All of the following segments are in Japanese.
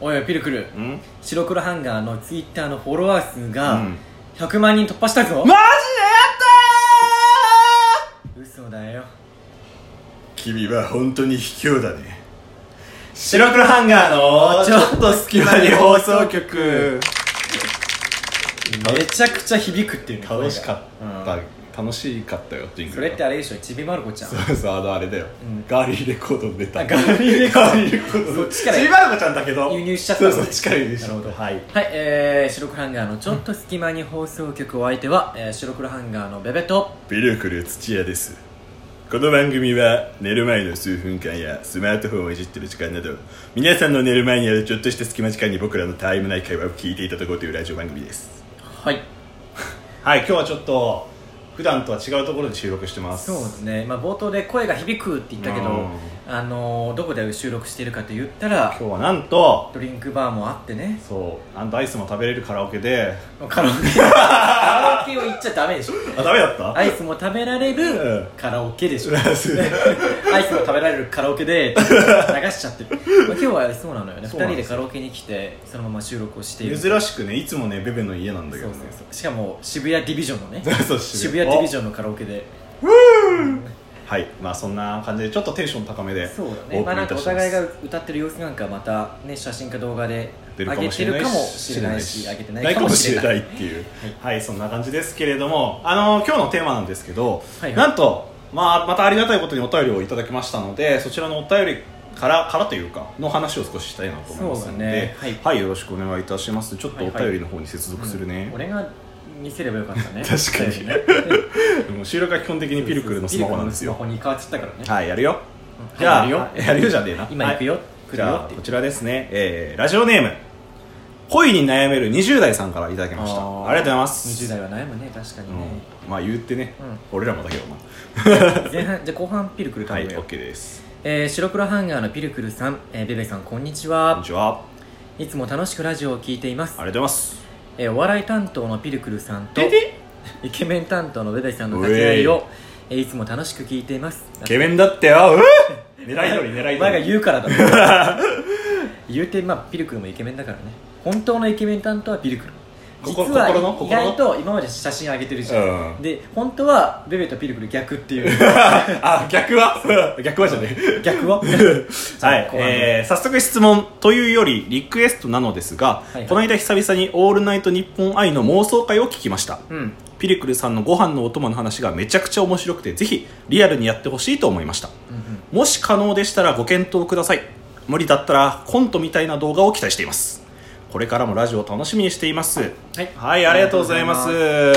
おいピルクル、白黒ハンガーのツイッターのフォロワー数が100万人突破したぞ。 マジでやったー。嘘だよ。 君は本当に卑怯だね。白黒ハンガーのちょっと隙間に放送局。 めちゃくちゃ響くっていうね。 楽しかった、楽しかったよジングル。 それってあれでしょ、ちびまる子ちゃん。 そうそう、あれだよ、ガーリーレコードのネタ。 ガーリーレコードそっちからちびまる子ちゃんだけど輸入しちゃったの。 そっちから輸入しちゃった。 なるほど。 はい、 白黒ハンガーのちょっと隙間に放送局、お相手は、白黒ハンガーのベベとピルクル土屋です。この番組は寝る前の数分間やスマートフォンをいじってる時間など、皆さんの寝る前にあるちょっとした隙間時間に僕らのタイムない会話を聞いていただこうというラジオ番組です。 はいはい、今日はちょっと普段とは違うところで収録してます。 そうですね、冒頭で声が響くって言ったけど、どこで収録しているかと言ったら、 今日はなんとドリンクバーもあってね、 そうなんとアイスも食べれるカラオケで、 カラオケを言っちゃダメでしょ。 あ、ダメだった。 アイスも食べられるカラオケでしょ。アイスも食べられるカラオケで流しちゃってる。今日はそうなのよね。2人でカラオケに来てそのまま収録をしている。 珍しくね、いつもねベベの家なんだけどね。 そうしかも渋谷ディビジョンのねそう渋谷ディビジョンのカラオケで、 はい、そんな感じでちょっとテンション高めでそうだね、なんかお互いが歌ってる様子なんかまたね、写真か動画で上げてるかもしれないし、上げてないかもしれないっていう、はい、そんな感じですけれども、今日のテーマなんですけど、なんと、またありがたいことにお便りをいただきましたので、そちらのお便りからというかの話を少ししたいなと思いますので、はい、よろしくお願いいたします。ちょっとお便りの方に接続するね。 俺が見せればよかったね。 確かにね。もう収録は基本的にピルクルのスマホなんですよ。 スマホに変わっちゃったからね。 はい、やるよ。じゃあやるよじゃねえな。 今行くよ。 じゃあこちらですね、ラジオネーム恋に悩める20代さんからいただきました。ありがとうございます。 20代は悩むね、確かにね。 言ってね、俺らもだけどな。 前半じゃあ後半ピルクル頼むよ。 はい、OK です。 白黒ハンガーのピルクルさん、ベベさんこんにちは。 こんにちは。 いつも楽しくラジオを聞いています。 ありがとうございます。 お笑い担当のピルクルさんとイケメン担当のベベさんの掛け合いをいつも楽しく聞いています。 イケメンだってよ。狙い通り狙い通り。 お前が言うからだ。言うてピルクルもイケメンだからね。本当のイケメン担当はピルクル。実は意外と今まで写真上げてるじゃん。で本当はベベとピルクル逆っていう。 あ、逆はじゃねえ。 逆ははい、早速質問というよりリクエストなのですが、この間久々にオールナイトニッポン愛の妄想会を聞きました。ピルクルさんのご飯のお供の話がめちゃくちゃ面白くて、ぜひリアルにやってほしいと思いました。もし可能でしたらご検討ください。無理だったらコントみたいな動画を期待しています。これからもラジオを楽しみにしています。はい、ありがとうございます。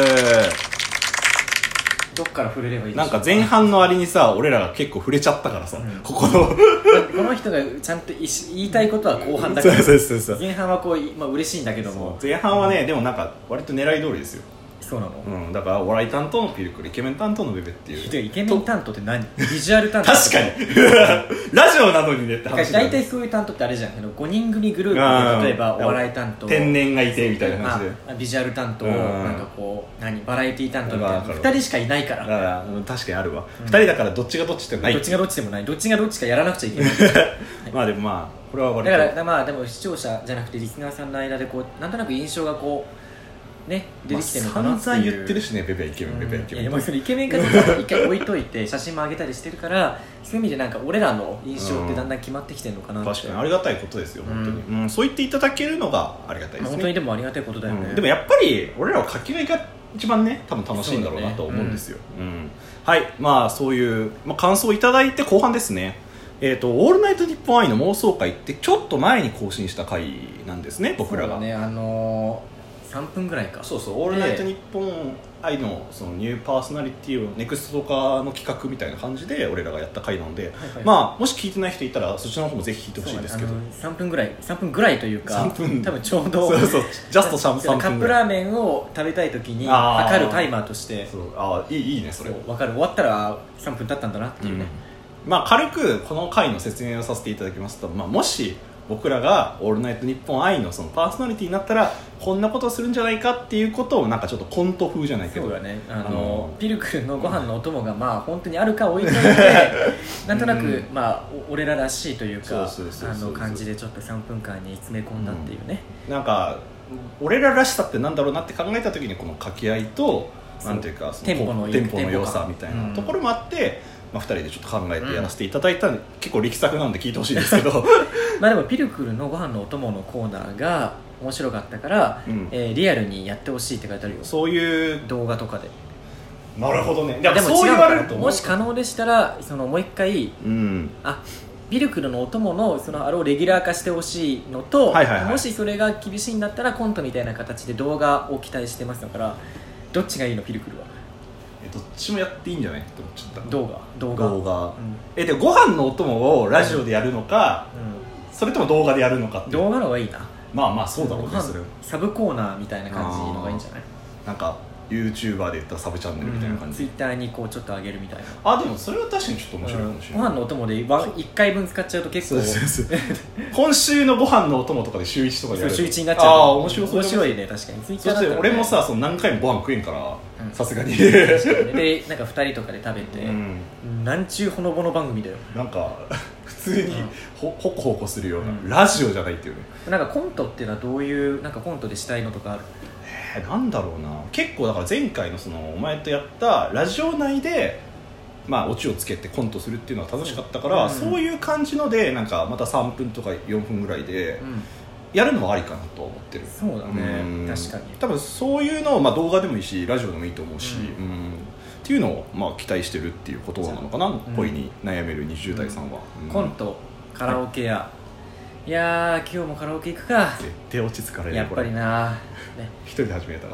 どっから触れればいいでしょう。 なんか前半の割にさ、俺らが結構触れちゃったからさ、この人がちゃんと言いたいことは後半だから。 そう前半は嬉しいんだけども、 前半はね、でもなんか割と狙い通りですよ。 そうなの。 だからお笑い担当のピルクル、イケメン担当のベベっていう。 イケメン担当って何？ビジュアル担当。 確かに。ラジオなのにねって話。 大体そういう担当ってあれじゃん。5人組グループで例えばお笑い担当、 天然がいてみたいな感じで、 ビジュアル担当、なんかバラエティ担当みたいな2人しかいないから。 だから確かにあるわ。2人だからどっちがどっちってない。 どっちがどっちでもない。どっちがどっちかやらなくちゃいけない。 でもこれは割とだからでも視聴者じゃなくてリスナーさんの間でなんとなく印象がね、出てきてるのかなっていう。 散々言ってるしね、ベベイケメン、ベベイケメン。 いや、それイケメンかどうか一回置いといて写真も上げたりしてるから、そういう意味でなんか俺らの印象ってだんだん決まってきてるのかなって。 確かにありがたいことですよ、本当に。そう言っていただけるのがありがたいですね。 本当にでもありがたいことだよね。 でもやっぱり俺らは書きがいが一番ね、多分楽しいんだろうなと思うんですよ。はい、そういう感想をいただいて後半ですね。オールナイトニッポン愛の妄想会ってちょっと前に更新した回なんですね、僕らが。 そうだね、3分ぐらいか。 そうそう、オールナイトニッポン愛のそのニューパーソナリティをネクストとかの企画みたいな感じで俺らがやった回なので、もし聞いてない人いたらそちらの方もぜひ聞いてほしいんですけど、3分ぐらいというか、多分ちょうどそうジャスト3分ぐらいカップラーメンを食べたい時に測るタイマーとして、 いいねそれ。 分かる、終わったら3分経ったんだなっていうね。 軽くこの回の説明をさせていただきますと、もし僕らがオールナイトニッポン愛のそのパーソナリティになったらこんなことをするんじゃないかっていうことをなんかちょっとコント風じゃないけど、 そうだね、ピルクルのご飯のお供がまあ本当にあるか置いといてなんとなく、まあ俺ららしいというか感じでちょっと3分間に詰め込んだっていうね、 なんか俺ららしさってなんだろうなって考えた時にこの掛け合いとなんていうかそのテンポの良さみたいなところもあって、まあ、2人でちょっと考えてやらせていただいたんで、結構力作なんで聞いてほしいですけどまあでもピルクルのご飯のお供のコーナーが面白かったから、リアルにやってほしいって書いてあるよ、 そういう動画とかで。 なるほどね。 でもそう言われるともし可能でしたらもう一回、ピルクルのお供のあれをレギュラー化してほしいのと、もしそれが厳しいんだったらコントみたいな形で動画を期待してますだから、どっちがいいのピルクルは。 どっちもやっていいんじゃないって思っちゃった。 動画、 でご飯のお供をラジオでやるのか、それとも動画でやるのかって。 動画の方がいいな。 まあそうだろうね。それサブコーナーみたいな感じのがいいんじゃない。 なんか YouTuber で言ったらサブチャンネルみたいな感じ、 Twitter にこうちょっと上げるみたいな。 でもそれは確かにちょっと面白いかもしれない。 ご飯のお供で1回分使っちゃうと結構今週のご飯のお供とかで週1とかでやる。 週1になっちゃう。 面白いね。確かに。 そして俺もさ何回もご飯食えんからさすがに。 でなんか2人とかで食べて、なんちゅうほのぼの番組だよ。 なんか普通にホコホコするようなラジオじゃないっていうね。 なんかコントっていうのはどういうなんかコントでしたいのとかある？ なんだろうな。結構だから前回のお前とやったラジオ内でオチをつけてコントするっていうのは楽しかったから、そういう感じのでなんかまた3分とか4分ぐらいでやるのはありかなと思ってる。 そうだね、確かに。 多分そういうのを動画でもいいしラジオでもいいと思うし、っていうのを期待してるっていうことなのかな。恋に悩める20代さんは。 コントカラオケや、いやー今日もカラオケ行くか。 絶対落ち着かれる。 やっぱりな、 一人で始めたら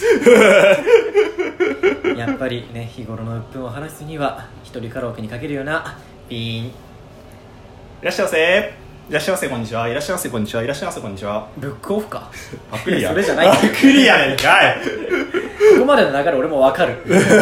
やっぱりね、日頃の鬱憤を話すには一人カラオケにかけるようなピーン。 いらっしゃいませ、いらっしゃいませこんにちは、いらっしゃいませこんにちは、いらっしゃいませこんにちは。 ブックオフか。 パクリやそれじゃない。 パクリやねんかい。 ここまでの流れ俺も分かる。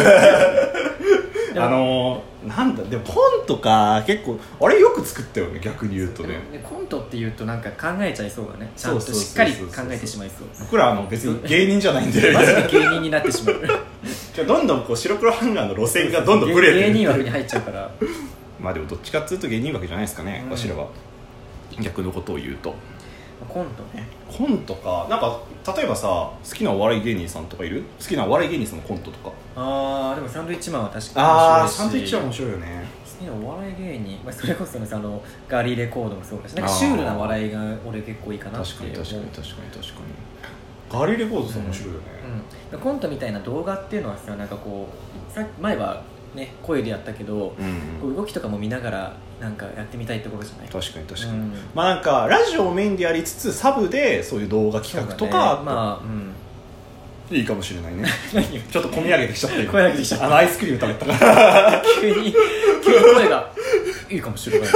なんだでもコントか、結構あれよく作ったよね、逆に言うとね。 コントって言うとなんか考えちゃいそうだね。ちゃんとしっかり考えてしまいそう。 僕ら別に芸人じゃないんでマジで芸人になってしまう。 じゃあどんどんこう白黒ハンガーの路線がどんどんブレて芸人枠に入っちゃうから。 でもどっちかっていうと芸人枠じゃないですかね、わしらは。逆のことを言うとコントね。 コントか。なんか例えばさ、好きなお笑い芸人さんとかいる？好きなお笑い芸人さんのコントとか。 でもサンドイッチマンは確かに面白いし。 サンドイッチマン面白いよね。 好きなお笑い芸人、それこそガリレコードもそうだし、なんかシュールな笑いが俺結構いいかなって思う。 確かにガリレコードさん面白いよね、 コントみたいな動画っていうのはさ、なんかこう前はね声でやったけど、動きとかも見ながらなんかやってみたいってことじゃない。 確かに、なんかラジオをメインでやりつつサブでそういう動画企画とか、いいかもしれないね。ちょっと込み上げてきちゃってる。アイスクリーム食べたから急に声がいいかもしれない。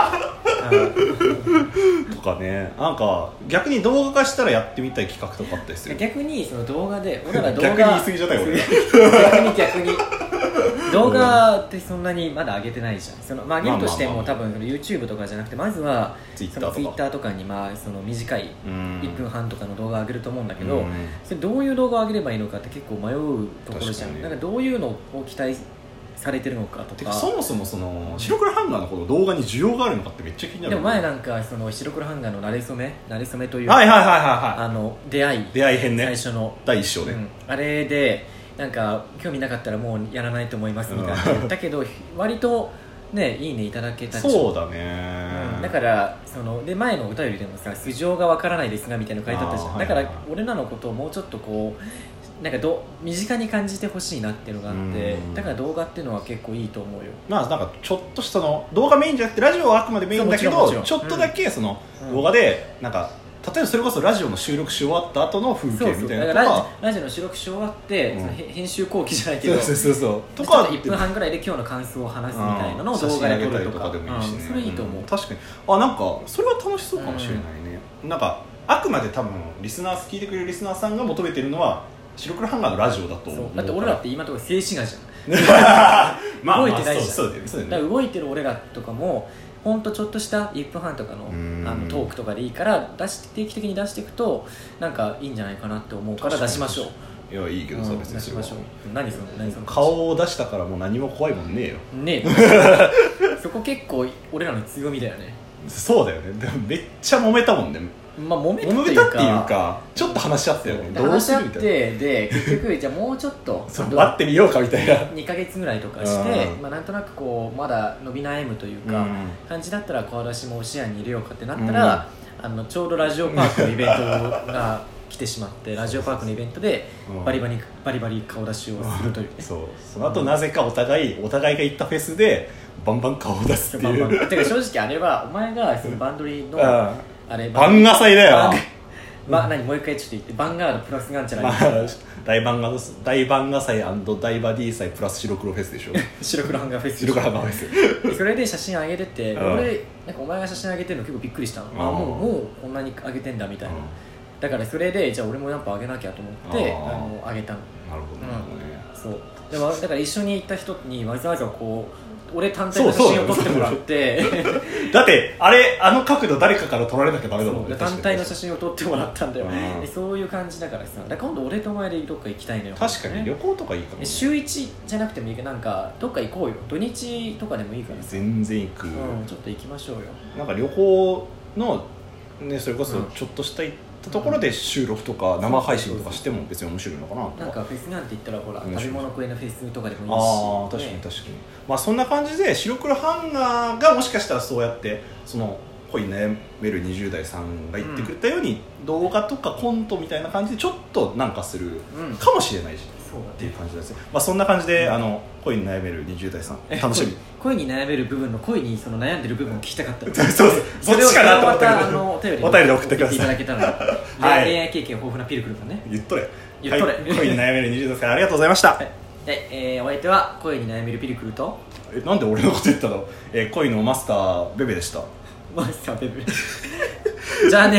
とかね。なんか逆に動画化したらやってみたい企画とかあったりする。 逆に動画で俺ら動画逆に言い過ぎじゃない俺逆に動画ってそんなにまだ上げてないじゃん。上げるとしても多分 YouTube とかじゃなくて、まずは Twitter とかに短い1分半とかの動画を上げると思うんだけど、それどういう動画を上げればいいのかって結構迷うところじゃん。なんかどういうのを期待されてるのかとか。 そもそも白黒ハンガーのこの動画に需要があるのかってめっちゃ気になる。 でも前なんか白黒ハンガーの馴れ初めという出会い編ね、 最初の第一章ね、 あれでなんか興味なかったらもうやらないと思いますみたいな言ったけど、割とねいいねいただけたでしょ。 そうだね、 だからで前のお便りでもさ、素性がわからないですがみたいなの書いてあったじゃん。だから俺らのことをもうちょっとこうなんか身近に感じてほしいなっていうのがあって、だから動画っていうのは結構いいと思うよ。 なんかちょっとした動画メインじゃなくてラジオはあくまでメインだけど、ちょっとだけ動画でなんか例えばそれこそラジオの収録し終わった後の風景みたいなとか、 ラジオの収録し終わって、編集後期じゃないけどとか 1分半ぐらいで今日の感想を話すみたいなのを動画で撮るとかでもいいしね。それいいと思う。 確かになんかそれは楽しそうかもしれないね。なんかあくまで多分聞いてくれるリスナーさんが求めてるのは白黒ハンガーのラジオだと思う。 だって俺らって今のところ静止画じゃん。動いてないじゃん。だから動いてる俺らとかもほんとちょっとした1分半とかのトークとかでいいから定期的に出していくとなんかいいんじゃないかなって思うから出しましょう。 いやいいけどさ、別に出しましょう。何その顔を出したからもう何も怖いもんねえよ。 ねえそこ結構俺らの強みだよね。 そうだよね。でもめっちゃ揉めたもんね。 まあ揉めたっていうかちょっと話し合ったよね。 どうするみたいな。で結局じゃあもうちょっと待ってみようかみたいな 2ヶ月ぐらいとかして、まあ、なんとなくこうまだ伸び悩むというか、感じだったら顔出しも視野に入れようかってなったら、ちょうどラジオパークのイベントが来てしまってラジオパークのイベントでバリバリ顔出しをするというね、 その後なぜかお互いが行ったフェスでバンバン顔を出すっていう。 てか正直あれはお前がそのバンドリのあれバンガ祭だよ。 何もう一回ちょっと言って、バンガードプラスなんちゃら、 大バンガ祭大バディ祭プラス白黒フェスでしょ。 白黒ハンガーフェス。 白黒ハンガーフェスそれで写真上げてて、俺なんかお前が写真上げてるの結構びっくりしたの。もうこんなに上げてんだみたいな。だからそれでじゃあ俺もやっぱ上げなきゃと思って上げたの。 なるほどね。 そうでもだから一緒に行った人にわざわざこう俺単体の写真を撮ってもらってだってあの角度誰かから撮られなきゃダメだもんね。 単体の写真を撮ってもらったんだよ。そういう感じだからさ、だから今度俺とお前でどっか行きたいのよ。 確かに旅行とかいいかもね。 週1じゃなくてもいいけどなんかどっか行こうよ。土日とかでもいいからさ。 全然行く、 ちょっと行きましょうよ。 なんか旅行のね、それこそちょっとした行ったところで収録とか生配信とかしても別に面白いのかなとか。なんかフェスなんて言ったらほら食べ物食えのフェスとかでもいいし。 確かにまあそんな感じで白黒ハンガーがもしかしたらそうやってその恋に悩める20代さんが言ってくれたように、動画とかコントみたいな感じでちょっとなんかするかもしれないし、っていう感じですね。まあそんな感じで恋に悩める20代さん楽しみ。 恋に悩める部分の恋にその悩んでる部分を聞きたかった。 そうそっちかなと思ったけど、お便りで送ってください。 いただけたら恋愛経験豊富なピルクルさんね。 言っとれ恋に悩める20代さんありがとうございました。 お相手は恋に悩めるピルクルとなんで俺のこと言ったの。恋のマスターベベでした。 マスターベベじゃあね。